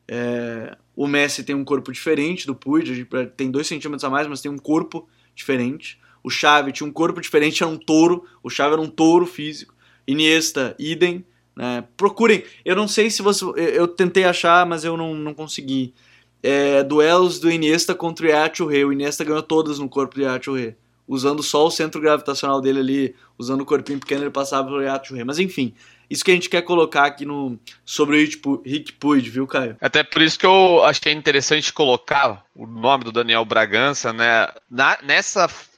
[SPEAKER 1] O Messi tem um corpo diferente do Puig, tem 2 centímetros a mais, mas tem um corpo diferente. O Xavi tinha um corpo diferente, era um touro. O Xavi era um touro físico. Iniesta, idem. Procurem, eu não sei se você, eu tentei achar, mas eu não consegui. Duelos do Iniesta contra o Yaya Touré. O Iniesta ganhou todas no corpo do Yaya Touré, usando só o centro gravitacional dele ali, usando o corpinho pequeno, ele passava pelo Yaya Touré. Mas enfim, isso que a gente quer colocar aqui sobre o Riqui Puig, viu, Caio?
[SPEAKER 2] Até por isso que eu achei interessante colocar o nome do Daniel Bragança, né, nessa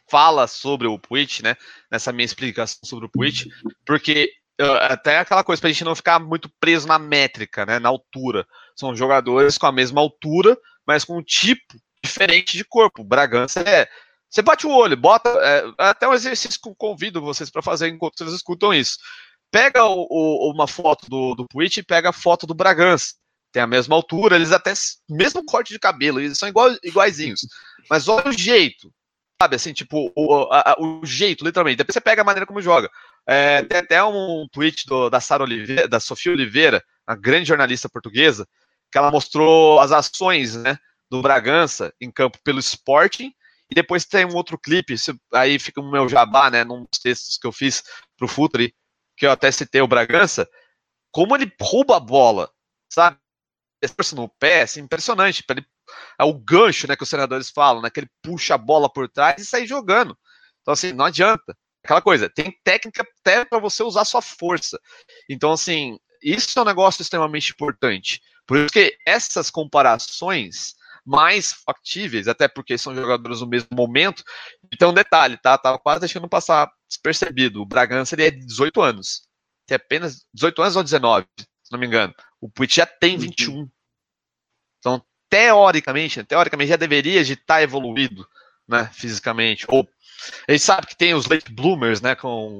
[SPEAKER 2] fala sobre o Puig, né? Nessa minha explicação sobre o Puig, porque até aquela coisa pra gente não ficar muito preso na métrica, né? Na altura. São jogadores com a mesma altura, mas com um tipo diferente de corpo. O Bragança você bate o olho, bota. Até um exercício que eu convido vocês para fazer enquanto vocês escutam isso. Pega uma foto do Puig e pega a foto do Bragança. Tem a mesma altura, eles até. Mesmo corte de cabelo, eles são iguaizinhos. Mas olha o jeito. Sabe, assim, tipo, o jeito, literalmente. Depois você pega a maneira como joga. Tem até um tweet da Sofia Oliveira, a grande jornalista portuguesa, que ela mostrou as ações, né, do Bragança em campo pelo Sporting, e depois tem um outro clipe, aí fica o meu jabá, né, num dos textos que eu fiz pro Futre, que eu até citei o Bragança, como ele rouba a bola, sabe? Força no pé, assim, impressionante. O gancho, né, que os treinadores falam, né, que ele puxa a bola por trás e sai jogando. Então, assim, não adianta. Aquela coisa, tem técnica até para você usar sua força. Então, assim, isso é um negócio extremamente importante. Por isso que essas comparações mais factíveis, até porque são jogadores no mesmo momento. Então, um detalhe, tá? Tava quase deixando passar despercebido. O Bragança, ele é de 18 anos. Tem apenas 18 anos ou 19, se não me engano. O Puig já tem 21. Então, teoricamente já deveria de estar evoluído, né, fisicamente. Ou a gente sabe que tem os late bloomers, né,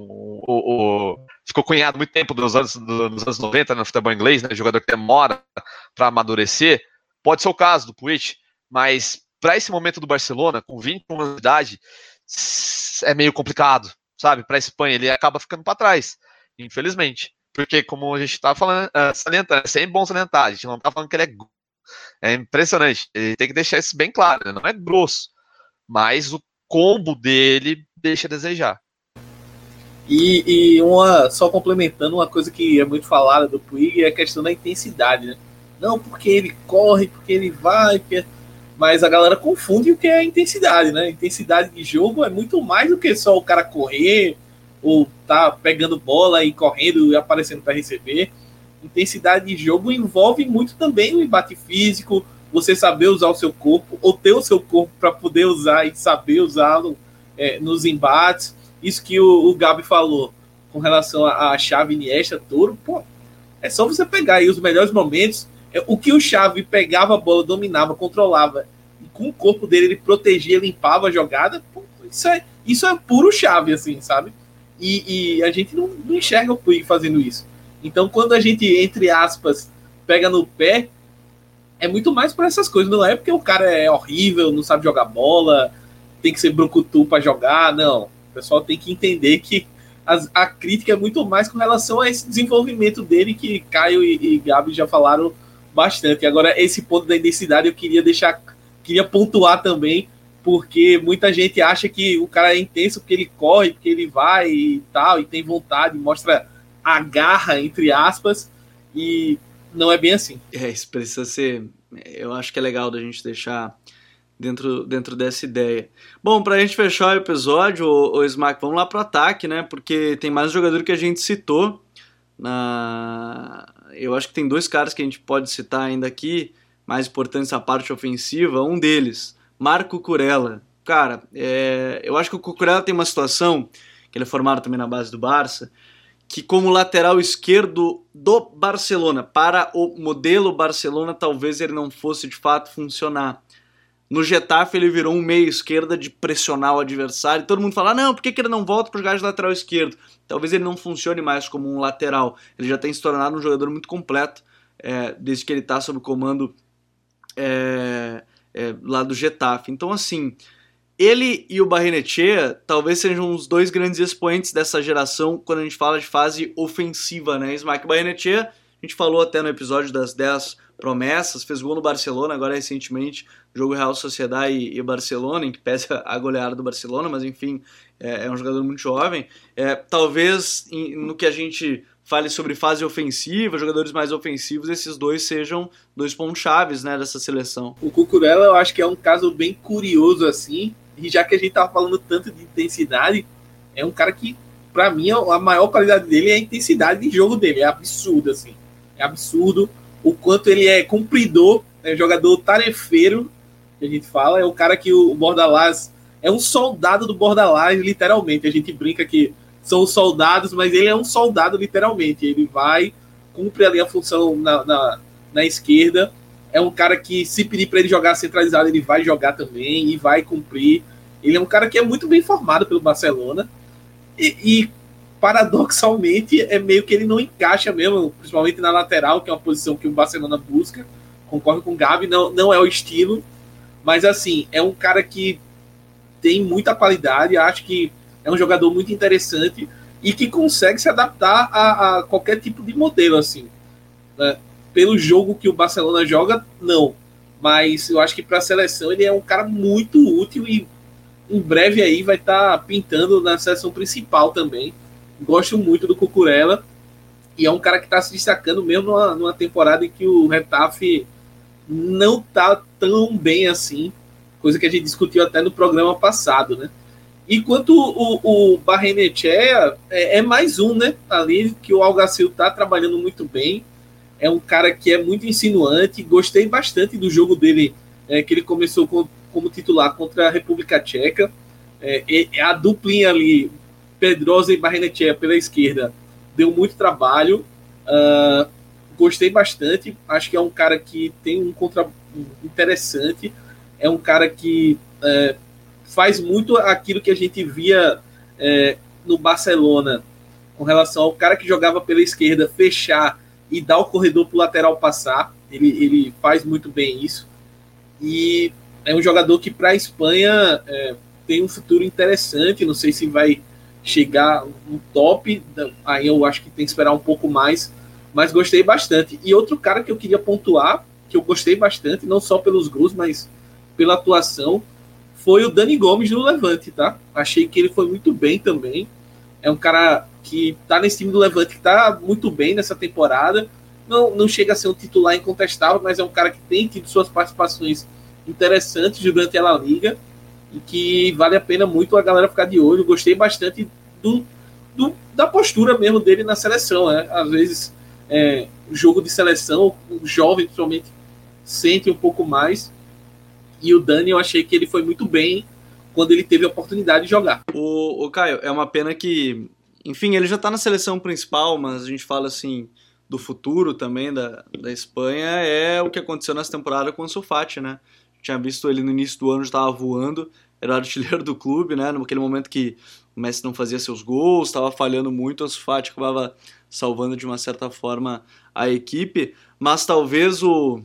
[SPEAKER 2] com ficou cunhado muito tempo nos anos 90 no futebol inglês, né, jogador que demora para amadurecer. Pode ser o caso do Puig, mas para esse momento do Barcelona, com 21 anos de idade, é meio complicado, sabe? Para a Espanha, ele acaba ficando para trás, infelizmente. Porque, como a gente está falando, salientando, é sempre bom salientar, a gente não está falando que ele é impressionante. Ele tem que deixar isso bem claro, né? Não é grosso, mas o combo dele deixa a desejar.
[SPEAKER 3] E só complementando, uma coisa que é muito falada do Puig é a questão da intensidade, né? Não, porque ele corre, porque ele vai, mas a galera confunde o que é a intensidade, né? Intensidade de jogo é muito mais do que só o cara correr ou tá pegando bola e correndo e aparecendo para receber. Intensidade de jogo envolve muito também o embate físico, você saber usar o seu corpo, ou ter o seu corpo para poder usar e saber usá-lo nos embates. Isso que o Gabi falou com relação à Xavi, Iniesta, Touro, pô, é só você pegar aí os melhores momentos. O que o Xavi pegava a bola, dominava, controlava, e com o corpo dele ele protegia, limpava a jogada, pô, isso é puro Xavi, assim, sabe? E a gente não enxerga o Puig fazendo isso. Então, quando a gente, entre aspas, pega no pé, é muito mais por essas coisas. Não é porque o cara é horrível, não sabe jogar bola, tem que ser brucutu para jogar, não. O pessoal tem que entender que a crítica é muito mais com relação a esse desenvolvimento dele, que Caio e Gabi já falaram bastante. Agora, esse ponto da intensidade eu queria pontuar também, porque muita gente acha que o cara é intenso porque ele corre, porque ele vai e tal, e tem vontade, mostra a garra, entre aspas, e não é bem assim.
[SPEAKER 1] Isso precisa ser... Eu acho que é legal da gente deixar dentro dessa ideia. Bom, pra gente fechar o episódio, o Smack, vamos lá pro ataque, né? Porque tem mais um jogador que a gente citou. Eu acho que tem dois caras que a gente pode citar ainda aqui, mais importantes a parte ofensiva. Um deles, Marco Cucurella. Cara, eu acho que o Cucurella tem uma situação, que ele é formado também na base do Barça, que como lateral esquerdo do Barcelona, para o modelo Barcelona, talvez ele não fosse de fato funcionar. No Getafe ele virou um meia esquerda de pressionar o adversário, e todo mundo fala, não, por que ele não volta para jogar de lateral esquerdo? Talvez ele não funcione mais como um lateral, ele já tem se tornado um jogador muito completo, desde que ele está sob comando lá do Getafe. Então assim, ele e o Barrenetxea talvez sejam os dois grandes expoentes dessa geração quando a gente fala de fase ofensiva, né? Smack, Barrenetxea, a gente falou até no episódio das 10 promessas, fez gol no Barcelona, agora recentemente, jogo Real Sociedad e Barcelona, em que pesa a goleada do Barcelona, mas enfim, é um jogador muito jovem. Talvez no que a gente fale sobre fase ofensiva, jogadores mais ofensivos, esses dois sejam dois pontos-chaves, né, dessa seleção.
[SPEAKER 3] O Cucurella eu acho que é um caso bem curioso assim, e já que a gente tava falando tanto de intensidade, é um cara que, pra mim, a maior qualidade dele é a intensidade de jogo dele, é absurdo, assim. É absurdo o quanto ele é cumpridor, jogador tarefeiro, que a gente fala, é o cara que o Bordalás é um soldado do borderline, literalmente. A gente brinca que são os soldados, mas ele é um soldado, literalmente. Ele vai, cumpre ali a função na esquerda. É um cara que, se pedir para ele jogar centralizado, ele vai jogar também e vai cumprir. Ele é um cara que é muito bem formado pelo Barcelona. E paradoxalmente, é meio que ele não encaixa mesmo, principalmente na lateral, que é uma posição que o Barcelona busca. Concordo com o Gabi, não é o estilo. Mas, assim, é um cara que tem muita qualidade. Acho que é um jogador muito interessante e que consegue se adaptar a qualquer tipo de modelo, assim. Né? Pelo jogo que o Barcelona joga, não. Mas eu acho que para a seleção ele é um cara muito útil e em breve aí vai estar pintando na seleção principal também. Gosto muito do Cucurella e é um cara que está se destacando mesmo numa temporada em que o Getafe não está tão bem assim, coisa que a gente discutiu até no programa passado, né? E quanto o Barrenechea, é mais um, né? Ali que o Alguacil está trabalhando muito bem. É um cara que é muito insinuante. Gostei bastante do jogo dele, que ele começou como titular contra a República Tcheca. A duplinha ali, Pedrosa e Barrenechea pela esquerda, deu muito trabalho. Gostei bastante. Acho que é um cara que tem um contra interessante. É um cara que faz muito aquilo que a gente via no Barcelona com relação ao cara que jogava pela esquerda fechar e dar o corredor para o lateral passar. Ele faz muito bem isso. E é um jogador que para a Espanha tem um futuro interessante. Não sei se vai chegar no top, aí eu acho que tem que esperar um pouco mais, mas gostei bastante. E outro cara que eu queria pontuar, que eu gostei bastante, não só pelos gols, mas pela atuação, foi o Dani Gomes do Levante, tá? Achei que ele foi muito bem também. É um cara que tá nesse time do Levante que tá muito bem nessa temporada. Não chega a ser um titular incontestável, mas é um cara que tem tido suas participações interessantes durante a La Liga e que vale a pena muito a galera ficar de olho. Gostei bastante da postura mesmo dele na seleção, né? Às vezes, jogo de seleção, o jovem, principalmente, sente um pouco mais. E o Dani, eu achei que ele foi muito bem quando ele teve a oportunidade de jogar.
[SPEAKER 1] O Caio, é uma pena que, enfim, ele já tá na seleção principal, mas a gente fala assim do futuro também da Espanha, é o que aconteceu nessa temporada com o Ansu Fati, né? Tinha visto ele no início do ano, já estava voando, era o artilheiro do clube, né? Naquele momento que o Messi não fazia seus gols, estava falhando muito, o Ansu Fati acabava salvando de uma certa forma a equipe, mas talvez o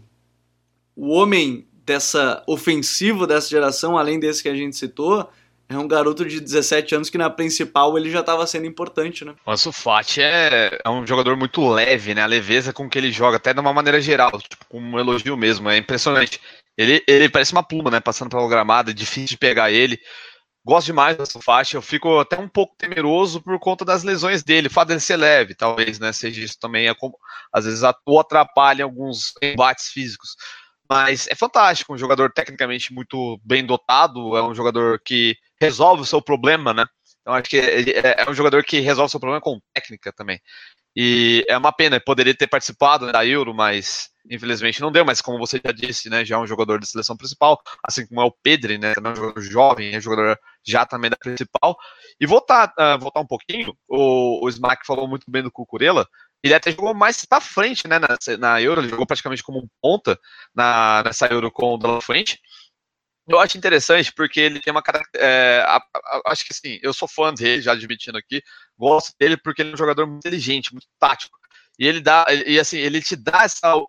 [SPEAKER 1] homem dessa ofensivo dessa geração, além desse que a gente citou, é um garoto de 17 anos que na principal ele já estava sendo importante, né?
[SPEAKER 2] O Ansu Fati é um jogador muito leve, né? A leveza com que ele joga, até de uma maneira geral, tipo, com um elogio mesmo, é impressionante. Ele parece uma pluma, né? Passando pelo gramado, é difícil de pegar ele. Gosto demais do Ansu Fati, eu fico até um pouco temeroso por conta das lesões dele, o fato dele ser leve, talvez, né? Seja isso também, às vezes atrapalha alguns embates físicos. Mas é fantástico, um jogador tecnicamente muito bem dotado, é um jogador que resolve o seu problema, né? Então acho que é um jogador que resolve o seu problema com técnica também. E é uma pena, poderia ter participado, né, da Euro, mas infelizmente não deu. Mas como você já disse, né, já é um jogador da seleção principal, assim como é o Pedri, né, também é um jogador jovem, é um jogador já também da principal. E voltar um pouquinho, o Smack falou muito bem do Cucurella. Ele até jogou mais pra frente, né, na Euro, ele jogou praticamente como um ponta nessa Euro com o De La Fuente. Eu acho interessante porque ele tem uma cara. Acho que assim, eu sou fã dele, já admitindo aqui, gosto dele porque ele é um jogador muito inteligente, muito tático. E ele te dá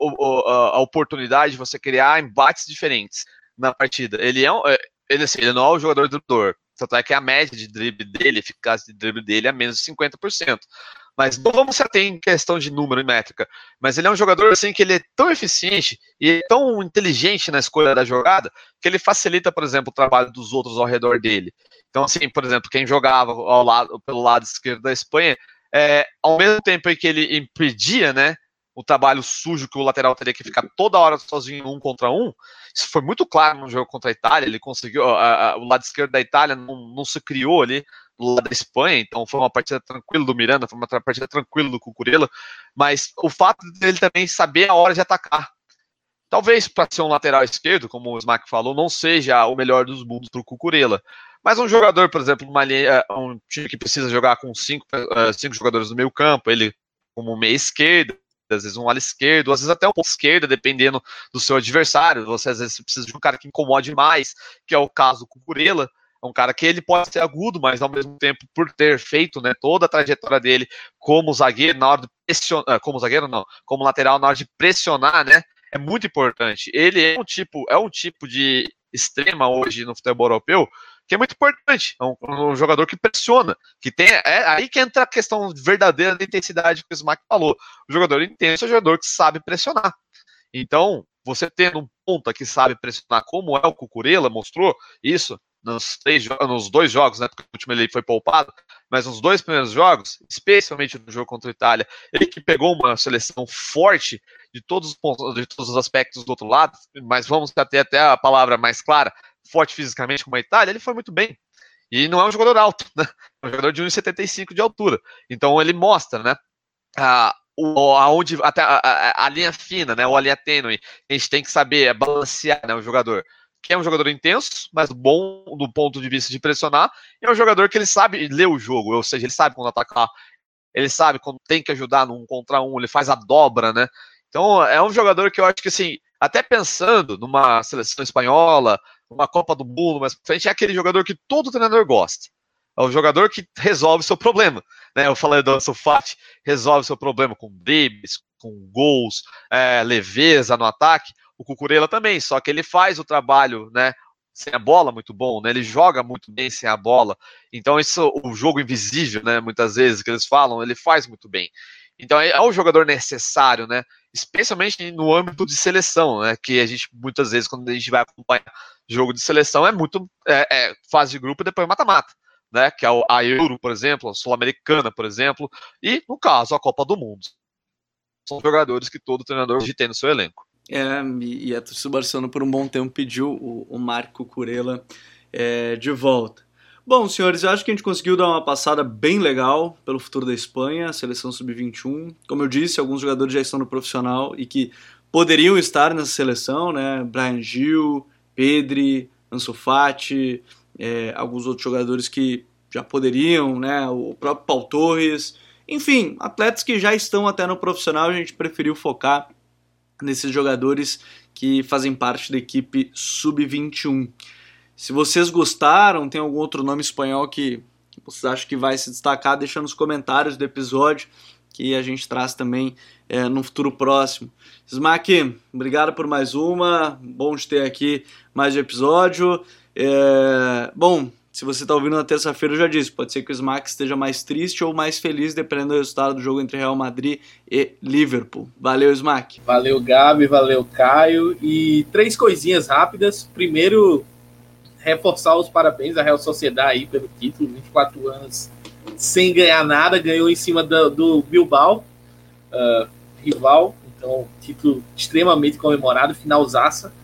[SPEAKER 2] a oportunidade de você criar embates diferentes na partida. Ele não é o jogador driblador. Tanto é que a média de drible dele, eficácia de drible dele é menos de 50%. Mas não vamos se ater em questão de número e métrica. Mas ele é um jogador assim que ele é tão eficiente e é tão inteligente na escolha da jogada que ele facilita, por exemplo, o trabalho dos outros ao redor dele. Então, assim, por exemplo, quem jogava pelo lado esquerdo da Espanha, ao mesmo tempo em que ele impedia, né, o trabalho sujo que o lateral teria que ficar toda hora sozinho 1 contra 1, isso foi muito claro no jogo contra a Itália. Ele conseguiu, o lado esquerdo da Itália não se criou ali do lado da Espanha, então foi uma partida tranquila do Miranda, foi uma partida tranquila do Cucurella, mas o fato dele também saber a hora de atacar, talvez para ser um lateral esquerdo, como o Smack falou, não seja o melhor dos mundos para o Cucurella, Mas um jogador, por exemplo, um time que precisa jogar com cinco jogadores no meio campo, ele como meia esquerda, às vezes um ala esquerdo, às vezes até um ponto esquerda, dependendo do seu adversário. Você às vezes precisa de um cara que incomode mais, que é o caso do Cucurella. É um cara que ele pode ser agudo, mas ao mesmo tempo, por ter feito, né, toda a trajetória dele como zagueiro, na hora de pressionar, como lateral, na hora de pressionar, né, é muito importante. Ele é um tipo de extrema hoje no futebol europeu que é muito importante. É um jogador que pressiona, que tem. É aí que entra a questão verdadeira da intensidade que o Smack falou. O jogador intenso é o jogador que sabe pressionar. Então, você tendo um ponta que sabe pressionar, como é o Cucurella, mostrou isso nos 2 jogos, né? Porque o último ele foi poupado, mas nos 2 primeiros jogos, especialmente no jogo contra a Itália, ele que pegou uma seleção forte de todos os pontos, de todos os aspectos do outro lado, mas vamos ter até a palavra mais clara, forte fisicamente como a Itália, ele foi muito bem. E não é um jogador alto, né? É um jogador de 1,75 de altura. Então ele mostra, né? Aonde até a linha fina, né? Ou a linha tênue, a gente tem que saber balancear, né, o jogador. Que é um jogador intenso, mas bom do ponto de vista de pressionar, e é um jogador que ele sabe ler o jogo, ou seja, ele sabe quando atacar, ele sabe quando tem que ajudar num contra um, ele faz a dobra, né? Então é um jogador que eu acho que, assim, até pensando numa seleção espanhola, numa Copa do Mundo, mas frente é aquele jogador que todo treinador gosta. É o jogador que resolve o seu problema, né? Eu falei do Ansu Fati, resolve o seu problema com dribles, com gols, leveza no ataque. O Cucurella também, só que ele faz o trabalho, né, sem a bola muito bom, né, ele joga muito bem sem a bola, então isso, o jogo invisível, né, muitas vezes que eles falam, ele faz muito bem. Então é um jogador necessário, né, especialmente no âmbito de seleção, né, que a gente, muitas vezes, quando a gente vai acompanhar jogo de seleção, é muito fase de grupo e depois mata-mata, né, que é a Euro, por exemplo, a Sul-Americana, por exemplo, e, no caso, a Copa do Mundo. São jogadores que todo treinador tem no seu elenco.
[SPEAKER 1] E a torcida do Barcelona por um bom tempo pediu o Marco Cucurella de volta. Bom, senhores, eu acho que a gente conseguiu dar uma passada bem legal pelo futuro da Espanha, a seleção sub-21. Como eu disse, alguns jogadores já estão no profissional e que poderiam estar nessa seleção, né? Brahim Gil, Pedri, Ansu Fati, alguns outros jogadores que já poderiam, né? O próprio Pau Torres. Enfim, atletas que já estão até no profissional, a gente preferiu focar nesses jogadores que fazem parte da equipe sub-21. Se vocês gostaram, tem algum outro nome espanhol que vocês acham que vai se destacar, deixa nos comentários do episódio, que a gente traz também no futuro próximo. Smack, obrigado por mais uma, bom de ter aqui mais um episódio. Bom, se você está ouvindo na terça-feira, eu já disse, pode ser que o Smack esteja mais triste ou mais feliz, dependendo do resultado do jogo entre Real Madrid e Liverpool. Valeu, Smack.
[SPEAKER 3] Valeu, Gabi, valeu, Caio. E 3 coisinhas rápidas. Primeiro, reforçar os parabéns à Real Sociedad aí pelo título, 24 anos sem ganhar nada, ganhou em cima do Bilbao, rival, então título extremamente comemorado, finalzaça.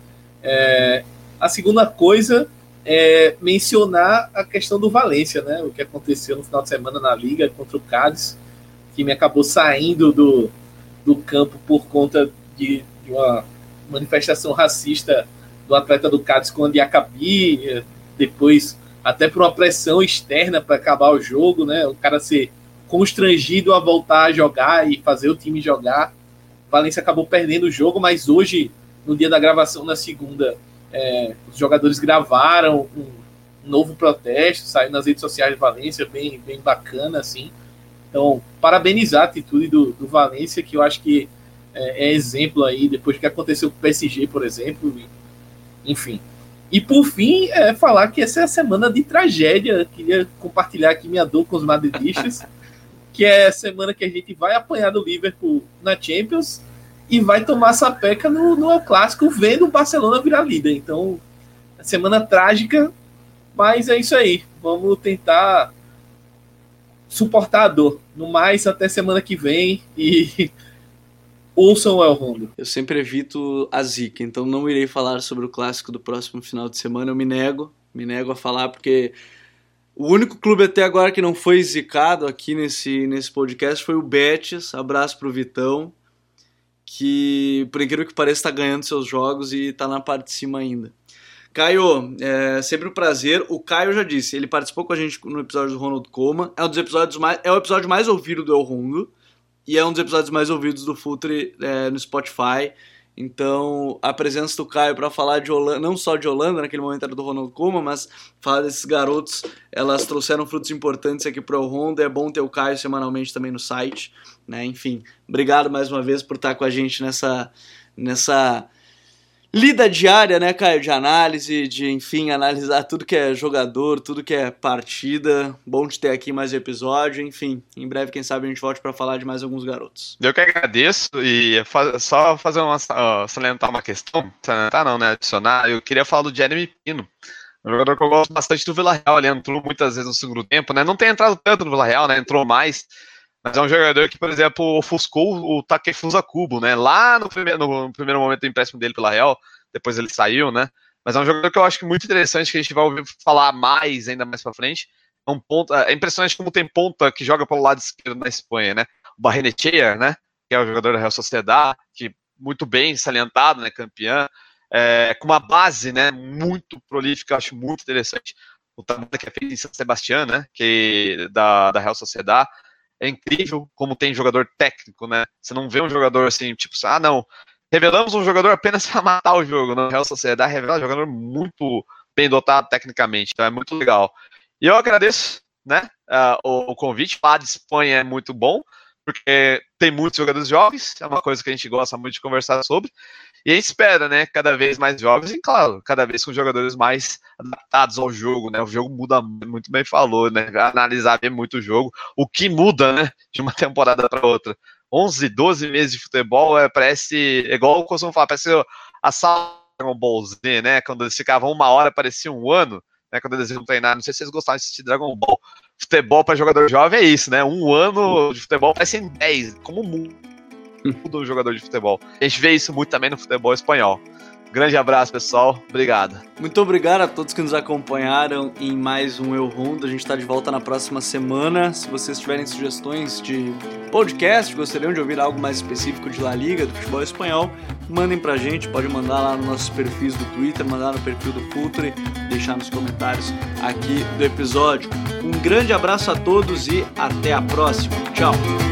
[SPEAKER 3] A segunda coisa é mencionar a questão do Valência, né? O que aconteceu no final de semana na Liga contra o Cádiz. O time acabou saindo do campo por conta de uma manifestação racista do atleta do Cádiz com o Diacabí, depois até por uma pressão externa para acabar o jogo, né? O cara ser constrangido a voltar a jogar e fazer o time jogar. O Valência acabou perdendo o jogo, mas hoje, no dia da gravação, na segunda, os jogadores gravaram um novo protesto, saiu nas redes sociais de Valência, bem bacana, assim. Então, parabenizar a atitude do Valência, que eu acho que é exemplo aí, depois do que aconteceu com o PSG, por exemplo, enfim. E por fim, falar que essa é a semana de tragédia. Queria compartilhar aqui minha dor com os madridistas, que é a semana que a gente vai apanhar do Liverpool na Champions e vai tomar sapeca no El Clássico, vendo o Barcelona virar líder. Então, semana trágica, mas é isso aí. Vamos tentar suportar a dor. No mais, até semana que vem e ouçam o El Rondo.
[SPEAKER 1] Eu sempre evito a zica, então não irei falar sobre o clássico do próximo final de semana. Eu me nego a falar, porque o único clube até agora que não foi zicado aqui nesse podcast foi o Betis. Abraço pro Vitão, que por incrível que pareça está ganhando seus jogos e está na parte de cima ainda. Caio, é sempre um prazer. O Caio já disse, ele participou com a gente no episódio do Ronald Koeman, é o episódio mais ouvido do El Rondo e é um dos episódios mais ouvidos do Futre no Spotify. Então, a presença do Caio para falar de Holanda, não só de Holanda, naquele momento era do Ronald Koeman, mas falar desses garotos, elas trouxeram frutos importantes aqui para o El Rondo. É bom ter o Caio semanalmente também no site, né? Enfim, obrigado mais uma vez por estar com a gente nessa lida diária, né, Caio, de análise, de, enfim, analisar tudo que é jogador, tudo que é partida. Bom te ter aqui mais um episódio, enfim, em breve, quem sabe, a gente volte para falar de mais alguns garotos.
[SPEAKER 2] Eu que agradeço, e só fazer salientar uma questão, salientar não, né, adicionar, eu queria falar do Jeremy Pino, um jogador que eu gosto bastante do Villarreal, ele entrou muitas vezes no segundo tempo, né, não tem entrado tanto no Villarreal, né, entrou mais, mas é um jogador que, por exemplo, ofuscou o Takefusa Kubo, né? Lá no primeiro momento do empréstimo dele pela Real, depois ele saiu, né? Mas é um jogador que eu acho que muito interessante, que a gente vai ouvir falar mais, ainda mais pra frente. É impressionante como tem ponta que joga pelo lado esquerdo na Espanha, né? O Barrenechea, né? Que é o jogador da Real Sociedad, que muito bem salientado, né? Campeão. Com uma base, né? Muito prolífica, eu acho muito interessante. O trabalho que é feito em San Sebastián, né? Da Real Sociedad. É incrível como tem jogador técnico, né? Você não vê um jogador assim, tipo, não, revelamos um jogador apenas para matar o jogo. No Real Sociedad revela um jogador muito bem dotado tecnicamente, então é muito legal. E eu agradeço, né, o convite. Falar de Espanha é muito bom, porque tem muitos jogadores jovens, é uma coisa que a gente gosta muito de conversar sobre, e a gente espera, né, cada vez mais jovens, e claro, cada vez com jogadores mais adaptados ao jogo, né, o jogo muda muito, bem falou, né, analisar bem muito o jogo, o que muda, né, de uma temporada para outra. 11, 12 meses de futebol parece, igual eu costumo falar, parece a sala Dragon Ball Z, né, quando eles ficavam uma hora parecia um ano, né, quando eles iam treinar. Não sei se vocês gostavam de assistir Dragon Ball. Futebol para jogador jovem é isso, né? Um ano de futebol parece em 10. Como muda um jogador de futebol. A gente vê isso muito também no futebol espanhol. Grande abraço, pessoal. Obrigado.
[SPEAKER 1] Muito obrigado a todos que nos acompanharam em mais um El Rondo. A gente está de volta na próxima semana. Se vocês tiverem sugestões de podcast, gostariam de ouvir algo mais específico de La Liga, do futebol espanhol, mandem pra gente. Pode mandar lá nos nossos perfis do Twitter, mandar no perfil do Futre, deixar nos comentários aqui do episódio. Um grande abraço a todos e até a próxima. Tchau!